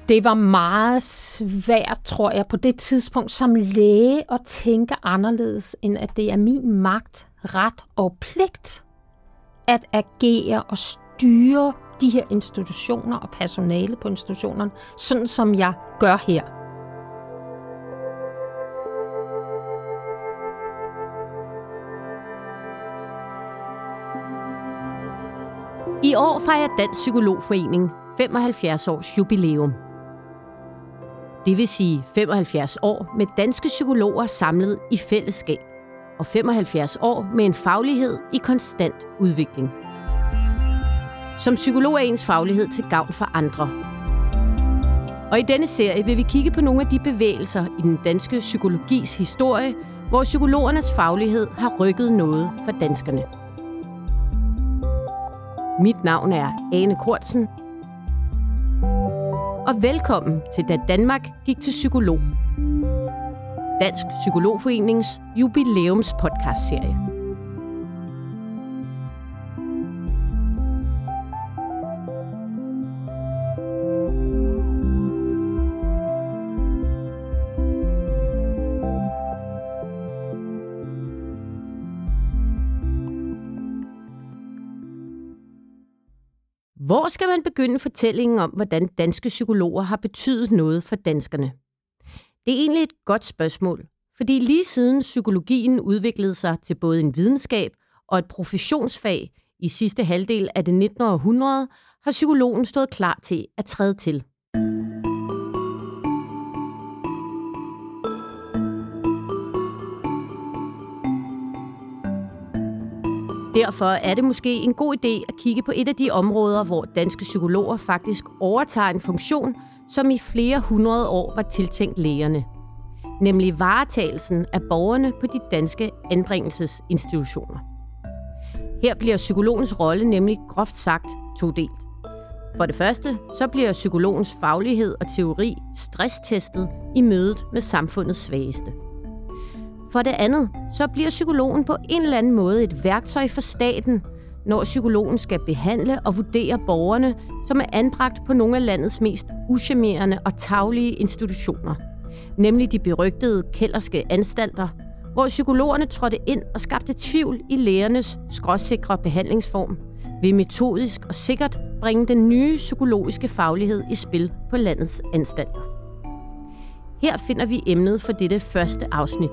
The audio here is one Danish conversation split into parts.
Det var meget svært, tror jeg, på det tidspunkt som læge at tænke anderledes, end at det er min magt, ret og pligt at agere og styre de her institutioner og personale på institutionerne, sådan som jeg gør her. I år fejrer Dansk Psykologforening 75 års jubilæum. Det vil sige 75 år med danske psykologer samlet i fællesskab, og 75 år med en faglighed i konstant udvikling. Som psykolog er ens faglighed til gavn for andre. Og i denne serie vil vi kigge på nogle af de bevægelser i den danske psykologis historie, hvor psykologernes faglighed har rykket noget for danskerne. Mit navn er Ane Kortsen, og velkommen til Da Danmark gik til psykolog. Dansk Psykologforenings jubilæumspodcastserie. Hvor skal man begynde fortællingen om, hvordan danske psykologer har betydet noget for danskerne? Det er egentlig et godt spørgsmål, fordi lige siden psykologien udviklede sig til både en videnskab og et professionsfag i sidste halvdel af det 19. århundrede, har psykologen stået klar til at træde til. Derfor er det måske en god idé at kigge på et af de områder, hvor danske psykologer faktisk overtager en funktion, som i flere hundrede år var tiltænkt lægerne. Nemlig varetagelsen af borgerne på de danske anbringelsesinstitutioner. Her bliver psykologens rolle nemlig groft sagt todelt. For det første, så bliver psykologens faglighed og teori stresstestet i mødet med samfundets svageste. For det andet, så bliver psykologen på en eller anden måde et værktøj for staten, når psykologen skal behandle og vurdere borgerne, som er anbragt på nogle af landets mest ucharmerende og tarvelige institutioner. Nemlig de berygtede kellerske anstalter, hvor psykologerne trådte ind og skabte tvivl i lægernes skråsikre behandlingsform, ved metodisk og sikkert bringe den nye psykologiske faglighed i spil på landets anstalter. Her finder vi emnet for dette første afsnit.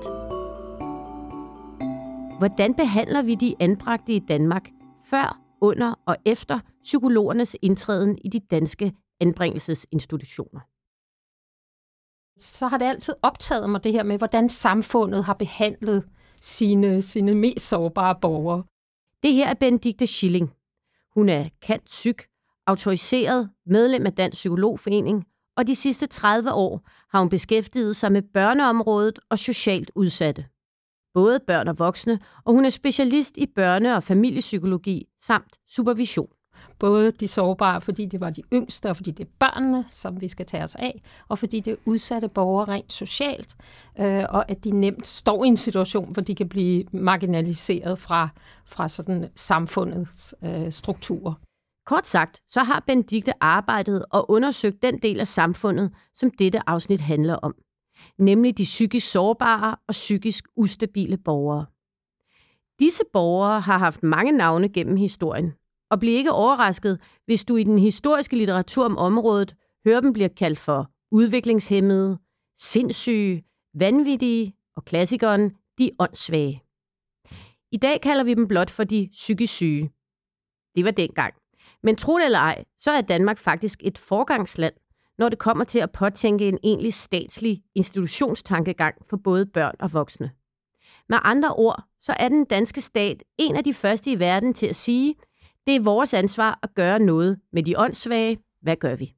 Hvordan behandler vi de anbragte i Danmark før, under og efter psykologernes indtræden i de danske anbringelsesinstitutioner? Så har det altid optaget mig det her med, hvordan samfundet har behandlet sine mest sårbare borgere. Det her er Benedikte Schilling. Hun er cand.psych, autoriseret medlem af Dansk Psykologforening, og de sidste 30 år har hun beskæftiget sig med børneområdet og socialt udsatte. Både børn og voksne, og hun er specialist i børne- og familiepsykologi samt supervision. Både de sårbare, fordi det var de yngste, og fordi det er børnene, som vi skal tage os af, og fordi det er udsatte borgere rent socialt, og at de nemt står i en situation, hvor de kan blive marginaliseret fra sådan samfundets strukturer. Kort sagt, så har Benedikte arbejdet og undersøgt den del af samfundet, som dette afsnit handler om. Nemlig de psykisk sårbare og psykisk ustabile borgere. Disse borgere har haft mange navne gennem historien, og bliver ikke overrasket, hvis du i den historiske litteratur om området hører dem bliver kaldt for udviklingshæmmede, sindssyge, vanvittige og klassikeren de åndssvage. I dag kalder vi dem blot for de psykisk syge. Det var dengang. Men tro det eller ej, så er Danmark faktisk et forgangsland, når det kommer til at påtænke en egentlig statslig institutionstankegang for både børn og voksne. Med andre ord, så er den danske stat en af de første i verden til at sige, det er vores ansvar at gøre noget med de åndssvage. Hvad gør vi?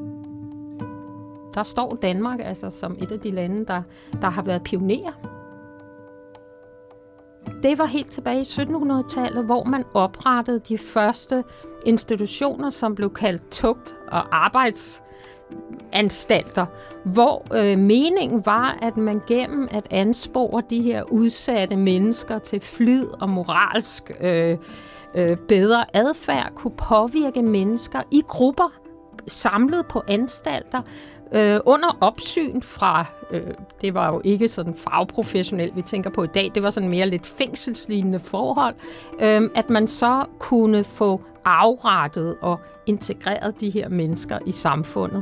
Der står Danmark altså som et af de lande, der har været pionerer. Det var helt tilbage i 1700-tallet, hvor man oprettede de første institutioner, som blev kaldt tugt- og arbejdsanstalter, hvor meningen var, at man gennem at anspore de her udsatte mennesker til flid og moralsk bedre adfærd, kunne påvirke mennesker i grupper samlet på anstalter under opsyn fra, det var jo ikke sådan fagprofessionelt, vi tænker på i dag, det var sådan mere lidt fængselslignende forhold, at man så kunne få afrettet og integreret de her mennesker i samfundet.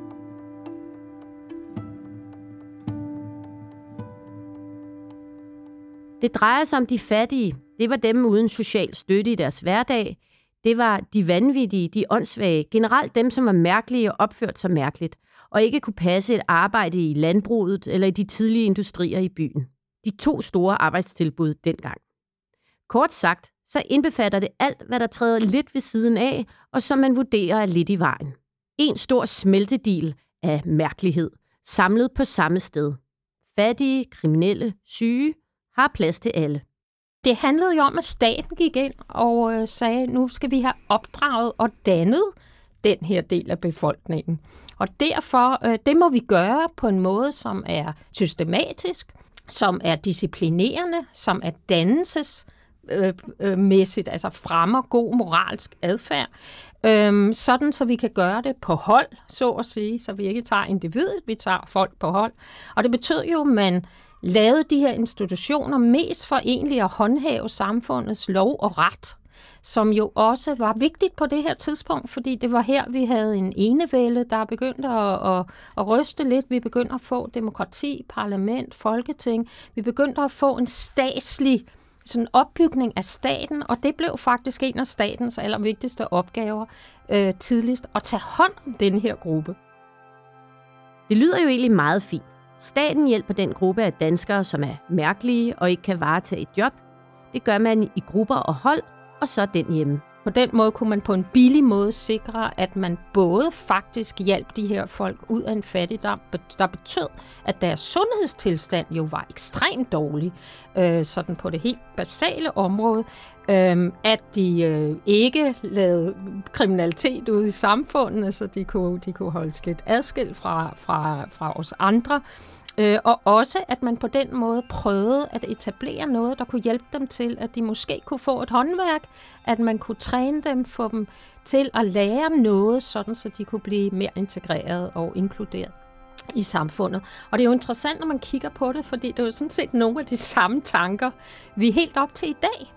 Det drejer sig om de fattige. Det var dem uden social støtte i deres hverdag. Det var de vanvittige, de åndssvage, generelt dem, som var mærkelige og opført sig mærkeligt, og ikke kunne passe et arbejde i landbruget eller i de tidlige industrier i byen. De 2 store arbejdstilbud dengang. Kort sagt, så indbefatter det alt, hvad der træder lidt ved siden af, og som man vurderer er lidt i vejen. En stor smeltedil af mærkelighed, samlet på samme sted. Fattige, kriminelle, syge, har plads til alle. Det handlede jo om, at staten gik ind og sagde, nu skal vi have opdraget og dannet den her del af befolkningen. Og derfor, det må vi gøre på en måde, som er systematisk, som er disciplinerende, som er dannelsesmæssigt, altså fremmer god moralsk adfærd, sådan så vi kan gøre det på hold, så at sige, så vi ikke tager individet, vi tager folk på hold. Og det betød jo, at man lavede de her institutioner mest for egentlig at håndhæve samfundets lov og ret, som jo også var vigtigt på det her tidspunkt, fordi det var her, vi havde en enevælde, der begyndte at ryste lidt. Vi begyndte at få demokrati, parlament, folketing. Vi begyndte at få en statslig sådan opbygning af staten, og det blev faktisk en af statens allervigtigste opgaver tidligst, at tage hånd om den her gruppe. Det lyder jo egentlig meget fint. Staten hjælper den gruppe af danskere, som er mærkelige og ikke kan varetage et job. Det gør man i grupper og hold, og så den hjemme. På den måde kunne man på en billig måde sikre, at man både faktisk hjalp de her folk ud af en fattigdom, der betød, at deres sundhedstilstand jo var ekstremt dårlig, sådan på det helt basale område, at de ikke lavede kriminalitet ude i samfundet, så de kunne holdes lidt adskilt fra os andre. Og også, at man på den måde prøvede at etablere noget, der kunne hjælpe dem til, at de måske kunne få et håndværk, at man kunne træne dem, få dem til at lære noget, sådan så de kunne blive mere integreret og inkluderet i samfundet. Og det er jo interessant, når man kigger på det, fordi det er jo sådan set nogle af de samme tanker, vi helt op til i dag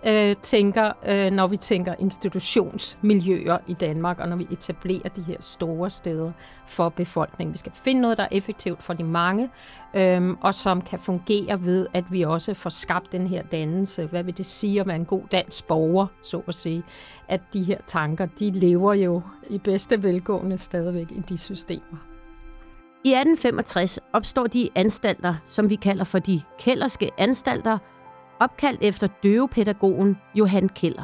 tænker, når vi tænker institutionsmiljøer i Danmark, og når vi etablerer de her store steder for befolkningen. Vi skal finde noget, der er effektivt for de mange, og som kan fungere ved, at vi også får skabt den her dannelse. Hvad vil det sige at være en god dansk borger, så at sige? At de her tanker, de lever jo i bedste velgående stadigvæk i de systemer. I 1865 opstår de anstalter, som vi kalder for de kellerske anstalter, opkaldt efter døvepædagogen Johan Keller.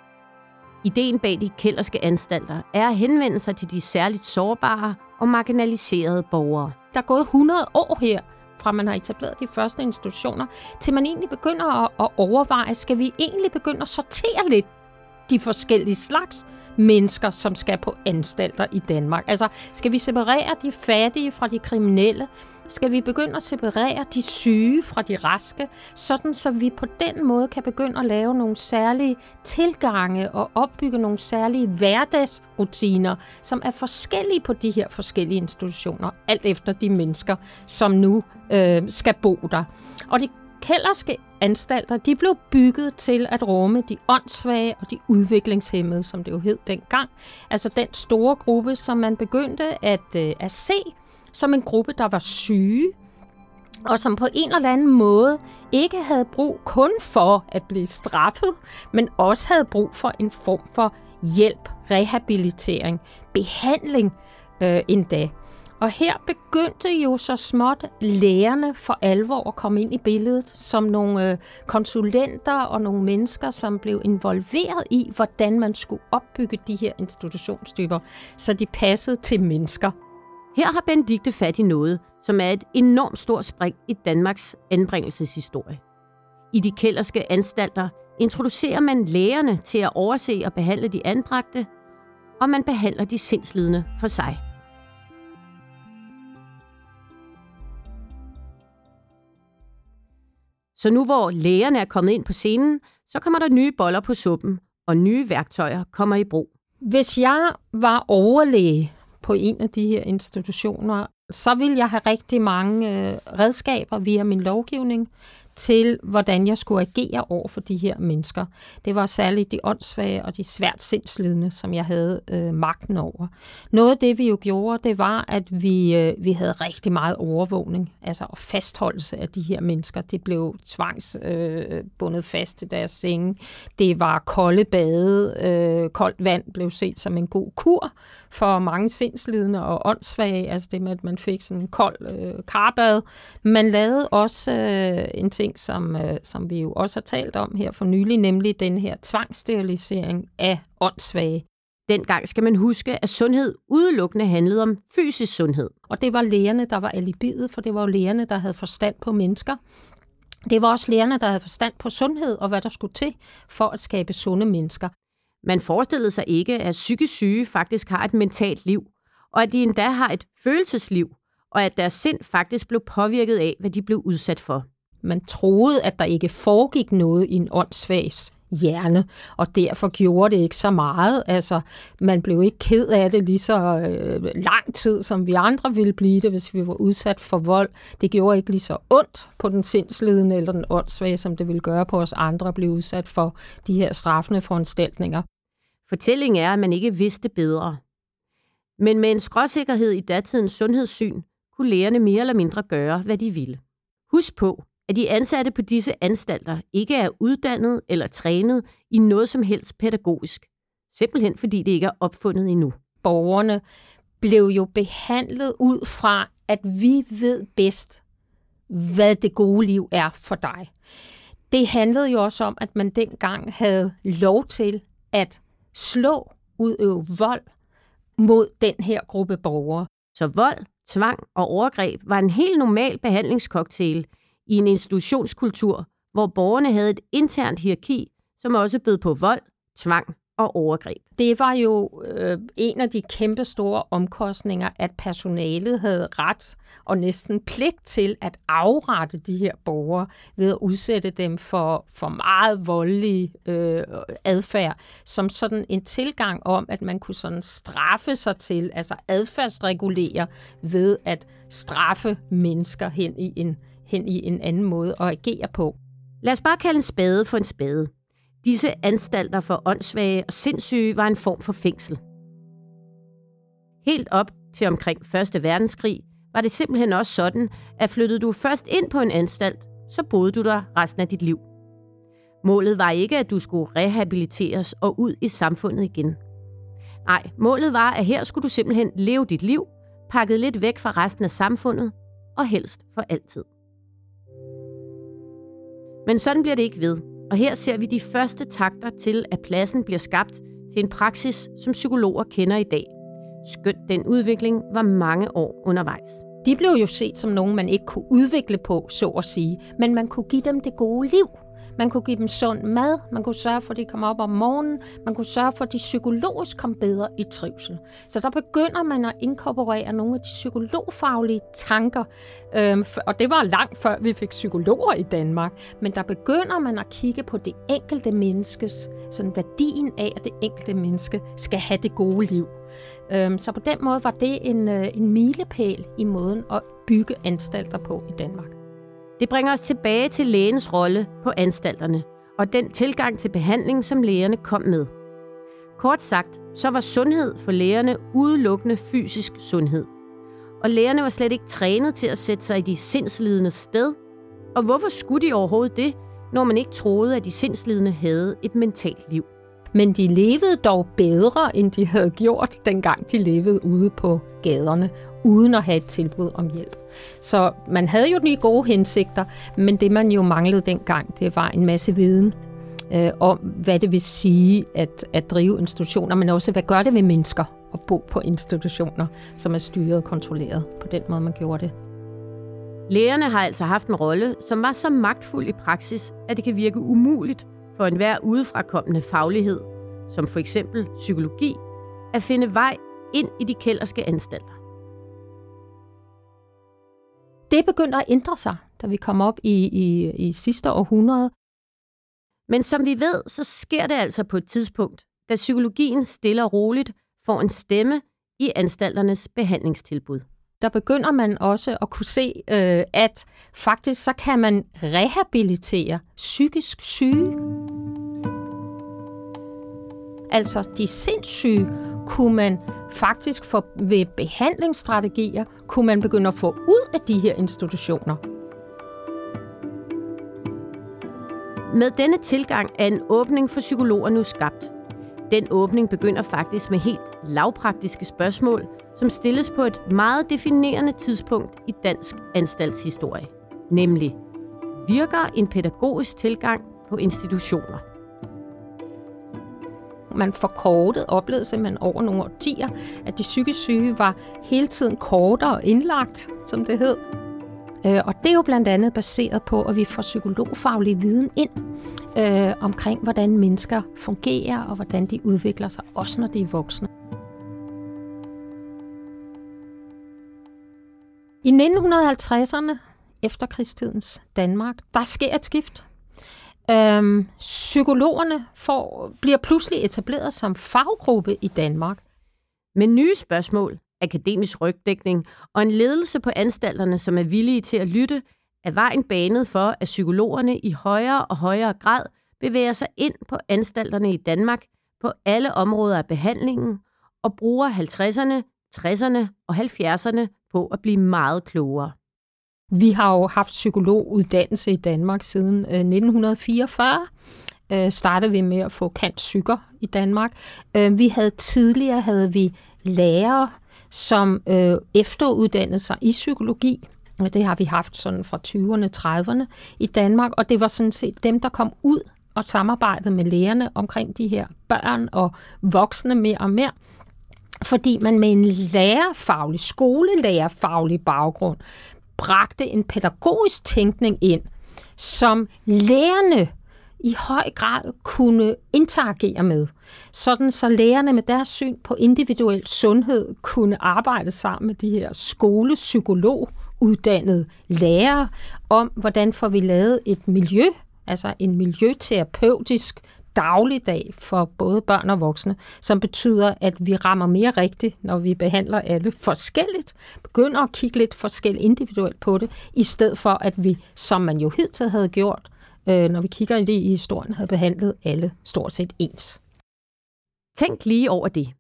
Ideen bag de kellerske anstalter er at henvende sig til de særligt sårbare og marginaliserede borgere. Der er gået 100 år her, fra man har etableret de første institutioner, til man egentlig begynder at overveje, skal vi egentlig begynde at sortere lidt de forskellige slags mennesker, som skal på anstalter i Danmark. Altså, skal vi separere de fattige fra de kriminelle? Skal vi begynde at separere de syge fra de raske, sådan så vi på den måde kan begynde at lave nogle særlige tilgange og opbygge nogle særlige hverdagsrutiner, som er forskellige på de her forskellige institutioner, alt efter de mennesker, som nu skal bo der. Og de kellerske anstalter, de blev bygget til at rumme de åndssvage og de udviklingshæmmede, som det jo hed dengang. Altså den store gruppe, som man begyndte at se som en gruppe, der var syge, og som på en eller anden måde ikke havde brug kun for at blive straffet, men også havde brug for en form for hjælp, rehabilitering, behandling endda. Og her begyndte jo så småt lægerne for alvor at komme ind i billedet som nogle konsulenter og nogle mennesker, som blev involveret i, hvordan man skulle opbygge de her institutionstyper, så de passede til mennesker. Her har Benedikte fat i noget, som er et enormt stort spring i Danmarks anbringelseshistorie. I de kellerske anstalter introducerer man lægerne til at overse og behandle de anbragte, og man behandler de sindslidende for sig. Så nu hvor lægerne er kommet ind på scenen, så kommer der nye boller på suppen, og nye værktøjer kommer i brug. Hvis jeg var overlæge på en af de her institutioner, så ville jeg have rigtig mange redskaber via min lovgivning til, hvordan jeg skulle agere over for de her mennesker. Det var særligt de åndssvage og de svært sindslidende, som jeg havde magten over. Noget af det, vi jo gjorde, det var, at vi havde rigtig meget overvågning, altså fastholdelse af de her mennesker. Det blev tvangsbundet fast til deres senge. Det var kolde bade. Koldt vand blev set som en god kur for mange sindslidende og åndssvage, altså det med, at man fik sådan en kold karbad. Man lavede også en ting, som vi jo også har talt om her for nylig, nemlig den her tvangssterilisering af åndssvage. Dengang skal man huske, at sundhed udelukkende handlede om fysisk sundhed. Og det var lægerne, der var alibiet, for det var jo lægerne, der havde forstand på mennesker. Det var også lægerne, der havde forstand på sundhed og hvad der skulle til for at skabe sunde mennesker. Man forestillede sig ikke, at psykisk syge faktisk har et mentalt liv, og at de endda har et følelsesliv, og at deres sind faktisk blev påvirket af, hvad de blev udsat for. Man troede, at der ikke foregik noget i en åndssvags hjerne, og derfor gjorde det ikke så meget. Altså, man blev ikke ked af det lige så lang tid, som vi andre ville blive det, hvis vi var udsat for vold. Det gjorde ikke lige så ondt på den sindslidende eller den åndssvage, som det ville gøre på os andre at blive udsat for de her straffende foranstaltninger. Fortællingen er, at man ikke vidste bedre. Men med en skråsikkerhed i datidens sundhedssyn, kunne lægerne mere eller mindre gøre, hvad de ville. Husk på, at de ansatte på disse anstalter ikke er uddannet eller trænet i noget som helst pædagogisk. Simpelthen fordi det ikke er opfundet endnu. Borgerne blev jo behandlet ud fra, at vi ved bedst, hvad det gode liv er for dig. Det handlede jo også om, at man dengang havde lov til at udøve vold mod den her gruppe borgere. Så vold, tvang og overgreb var en helt normal behandlingscocktail i en institutionskultur, hvor borgerne havde et internt hierarki, som også bød på vold, tvang og overgreb. Det var jo en af de kæmpe store omkostninger, at personalet havde ret og næsten pligt til at afrette de her borgere ved at udsætte dem for meget voldelig adfærd, som sådan en tilgang om, at man kunne sådan straffe sig til, altså adfærdsregulere ved at straffe mennesker hen i en anden måde at agere på. Lad os bare kalde en spade for en spade. Disse anstalter for åndssvage og sindssyge var en form for fængsel. Helt op til omkring 1. verdenskrig var det simpelthen også sådan, at flyttede du først ind på en anstalt, så boede du der resten af dit liv. Målet var ikke, at du skulle rehabiliteres og ud i samfundet igen. Nej, målet var, at her skulle du simpelthen leve dit liv, pakket lidt væk fra resten af samfundet, og helst for altid. Men sådan bliver det ikke ved. Og her ser vi de første takter til, at pladsen bliver skabt til en praksis, som psykologer kender i dag. Skønt den udvikling var mange år undervejs. De blev jo set som nogen, man ikke kunne udvikle på, så at sige. Men man kunne give dem det gode liv. Man kunne give dem sund mad. Man kunne sørge for, at de kom op om morgenen. Man kunne sørge for, at de psykologisk kom bedre i trivsel. Så der begynder man at inkorporere nogle af de psykologfaglige tanker. Og det var langt før vi fik psykologer i Danmark. Men der begynder man at kigge på det enkelte menneskes, sådan værdien af, at det enkelte menneske skal have det gode liv. Så på den måde var det en milepæl i måden at bygge anstalter på i Danmark. Det bringer os tilbage til lægens rolle på anstalterne og den tilgang til behandling, som lægerne kom med. Kort sagt, så var sundhed for lægerne udelukkende fysisk sundhed. Og lægerne var slet ikke trænet til at sætte sig i de sindslidendes sted. Og hvorfor skulle de overhovedet det, når man ikke troede, at de sindslidende havde et mentalt liv? Men de levede dog bedre, end de havde gjort, dengang de levede ude på gaderne, uden at have et tilbud om hjælp. Så man havde jo de gode hensigter, men det man jo manglede dengang, det var en masse viden om, hvad det vil sige at drive institutioner, men også, hvad gør det ved mennesker at bo på institutioner, som er styret og kontrolleret på den måde, man gjorde det. Lægerne har altså haft en rolle, som var så magtfuld i praksis, at det kan virke umuligt for enhver udefrakommende faglighed, som for eksempel psykologi, at finde vej ind i de kælderske anstalter. Det begyndte at ændre sig, da vi kom op i sidste århundrede. Men som vi ved, så sker det altså på et tidspunkt, da psykologien stille og roligt får en stemme i anstalternes behandlingstilbud. Der begynder man også at kunne se, at faktisk så kan man rehabilitere psykisk syge. Altså de sindssyge kunne man faktisk ved behandlingsstrategier, kunne man begynde at få ud af de her institutioner. Med denne tilgang er en åbning for psykologer nu skabt. Den åbning begynder faktisk med helt lavpraktiske spørgsmål, som stilles på et meget definerende tidspunkt i dansk anstaltshistorie. Nemlig, virker en pædagogisk tilgang på institutioner? Man oplevede simpelthen over nogle årtier, at de psykisk syge var hele tiden kortere indlagt, som det hed. Og det er jo blandt andet baseret på, at vi får psykologfaglig viden ind omkring, hvordan mennesker fungerer og hvordan de udvikler sig, også når de er voksne. I 1950'erne, efterkrigstidens Danmark, der sker et skift. Psykologerne bliver pludselig etableret som faggruppe i Danmark. Med nye spørgsmål, akademisk rygdækning og en ledelse på anstalterne, som er villige til at lytte, er vejen banet for, at psykologerne i højere og højere grad bevæger sig ind på anstalterne i Danmark på alle områder af behandlingen og bruger 50'erne, 60'erne og 70'erne på at blive meget klogere. Vi har jo haft psykologuddannelse i Danmark siden 1944. Startede vi med at få cand.psyker i Danmark. Tidligere havde vi lærere, som efteruddannede sig i psykologi. Det har vi haft sådan fra 20'erne, 30'erne i Danmark, og det var sådan set dem, der kom ud og samarbejdede med lærerne omkring de her børn og voksne mere og mere. Fordi man med en skolelærerfaglig baggrund bragte en pædagogisk tænkning ind, som lærerne i høj grad kunne interagere med. Sådan så lærerne med deres syn på individuel sundhed kunne arbejde sammen med de her skolepsykologuddannede lærere om, hvordan får vi lavet et miljø, altså en miljøterapeutisk dagligdag for både børn og voksne, som betyder, at vi rammer mere rigtigt, når vi behandler alle forskelligt, begynder at kigge lidt forskelligt individuelt på det, i stedet for at vi, som man jo hidtil havde gjort, når vi kigger i det i historien, havde behandlet alle stort set ens. Tænk lige over det.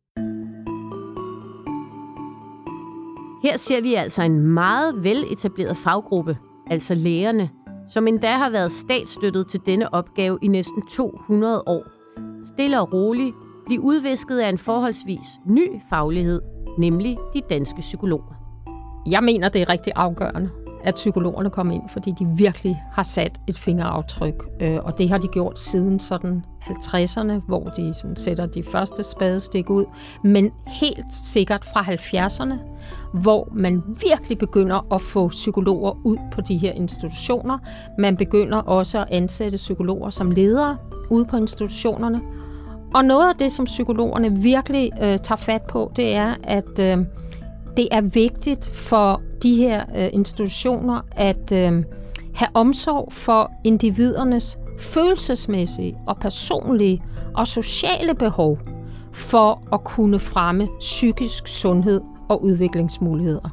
Her ser vi altså en meget veletableret faggruppe, altså lægerne, som endda har været statsstøttet til denne opgave i næsten 200 år, stille og roligt blive udvisket af en forholdsvis ny faglighed, nemlig de danske psykologer. Jeg mener, det er rigtig afgørende, at psykologerne kommer ind, fordi de virkelig har sat et fingeraftryk, og det har de gjort siden sådan 50'erne, hvor de sådan sætter de første spadestik ud, men helt sikkert fra 70'erne, hvor man virkelig begynder at få psykologer ud på de her institutioner. Man begynder også at ansætte psykologer som ledere ude på institutionerne. Og noget af det, som psykologerne virkelig tager fat på, det er, at det er vigtigt for de her institutioner at have omsorg for individernes følelsesmæssige og personlige og sociale behov for at kunne fremme psykisk sundhed og udviklingsmuligheder.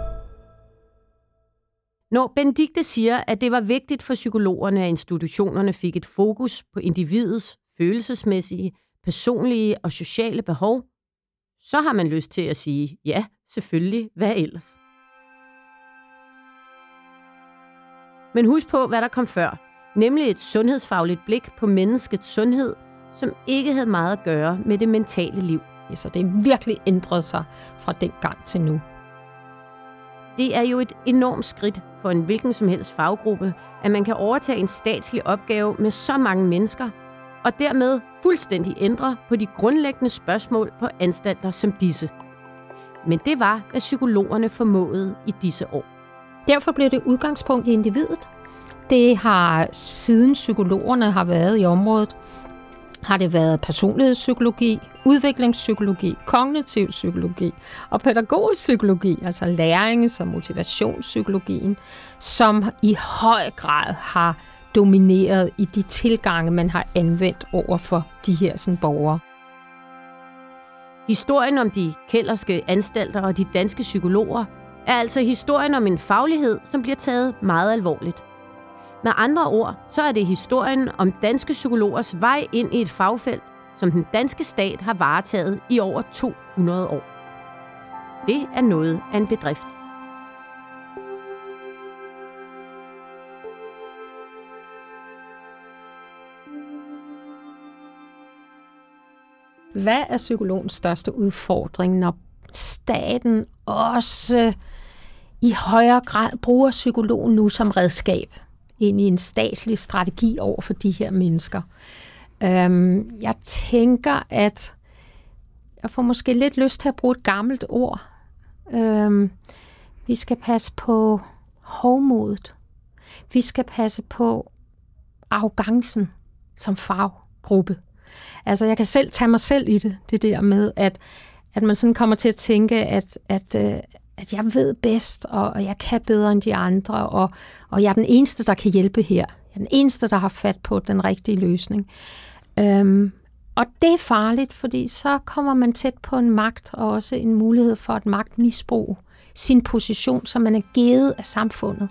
Når Benedikte siger, at det var vigtigt for psykologerne, at institutionerne fik et fokus på individets følelsesmæssige, personlige og sociale behov, så har man lyst til at sige, ja, selvfølgelig, hvad ellers? Men husk på, hvad der kom før, nemlig et sundhedsfagligt blik på menneskets sundhed, som ikke havde meget at gøre med det mentale liv. Så det er virkelig ændret sig fra den gang til nu. Det er jo et enormt skridt for en hvilken som helst faggruppe, at man kan overtage en statslig opgave med så mange mennesker, og dermed fuldstændig ændre på de grundlæggende spørgsmål på anstalter som disse. Men det var, hvad psykologerne formåede i disse år. Derfor blev det udgangspunkt i individet. Det har, siden psykologerne har været i området, har det været personlighedspsykologi, udviklingspsykologi, kognitiv psykologi og pædagogisk psykologi, altså lærings- og motivationspsykologien, som i høj grad har domineret i de tilgange, man har anvendt over for de her sådan, borgere. Historien om de kellerske anstalter og de danske psykologer er altså historien om en faglighed, som bliver taget meget alvorligt. Med andre ord, så er det historien om danske psykologers vej ind i et fagfelt, som den danske stat har varetaget i over 200 år. Det er noget af en bedrift. Hvad er psykologens største udfordring, når staten også i højere grad bruger psykologen nu som redskab ind i en statslig strategi over for de her mennesker? Jeg tænker, at jeg får måske lidt lyst til at bruge et gammelt ord. Vi skal passe på hovmodet. Vi skal passe på arrogancen som faggruppe. Altså, jeg kan selv tage mig selv i det der med, at man sådan kommer til at tænke, at jeg ved bedst, og jeg kan bedre end de andre, og jeg er den eneste, der kan hjælpe her. Jeg er den eneste, der har fat på den rigtige løsning. Og det er farligt, fordi så kommer man tæt på en magt, og også en mulighed for at magtmisbruge sin position, som man er givet af samfundet.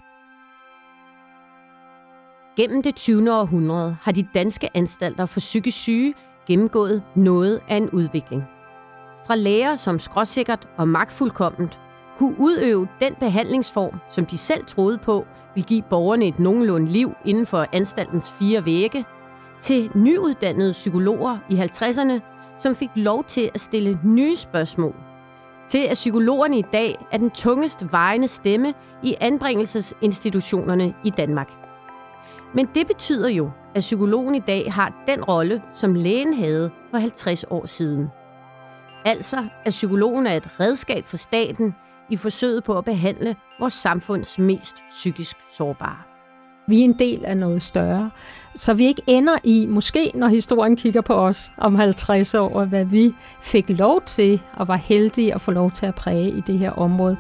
Gennem det 20. århundrede har de danske anstalter for psykisk syge gennemgået noget af en udvikling. Fra læger, som skråsikkert og magtfuldkomment kunne udøve den behandlingsform, som de selv troede på, ville give borgerne et nogenlunde liv inden for anstaltens 4 vægge, til nyuddannede psykologer i 50'erne, som fik lov til at stille nye spørgsmål. Til at psykologerne i dag er den tungest vejende stemme i anbringelsesinstitutionerne i Danmark. Men det betyder jo, at psykologen i dag har den rolle, som lægen havde for 50 år siden. Altså, at psykologen er et redskab for staten i forsøget på at behandle vores samfunds mest psykisk sårbare. Vi er en del af noget større, så vi ikke ender i, måske når historien kigger på os om 50 år, hvad vi fik lov til og var heldige at få lov til at præge i det her område.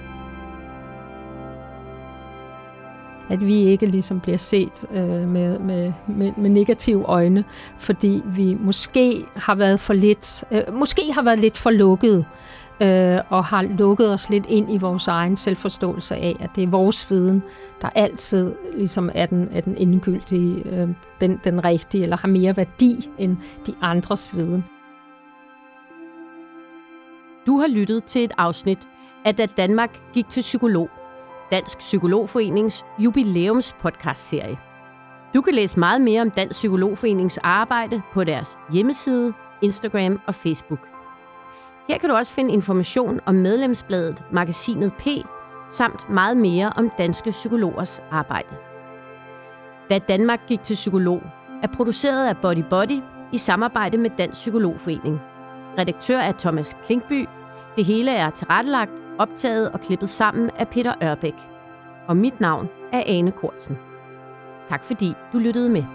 At vi ikke ligesom bliver set med negative øjne, fordi vi måske har været lidt for lukkede, og har lukket os lidt ind i vores egen selvforståelse af, at det er vores viden, der altid ligesom er den endegyldige, den rigtige, eller har mere værdi end de andres viden. Du har lyttet til et afsnit af Da Danmark gik til psykolog, Dansk Psykologforenings jubilæums-podcastserie. Du kan læse meget mere om Dansk Psykologforenings arbejde på deres hjemmeside, Instagram og Facebook. Her kan du også finde information om medlemsbladet Magasinet P, samt meget mere om danske psykologers arbejde. Da Danmark gik til psykolog er produceret af Body Body i samarbejde med Dansk Psykologforening. Redaktør er Thomas Klinkby. Det hele er tilrettelagt, optaget og klippet sammen af Peter Ørbæk. Og mit navn er Ane Kortsen. Tak fordi du lyttede med.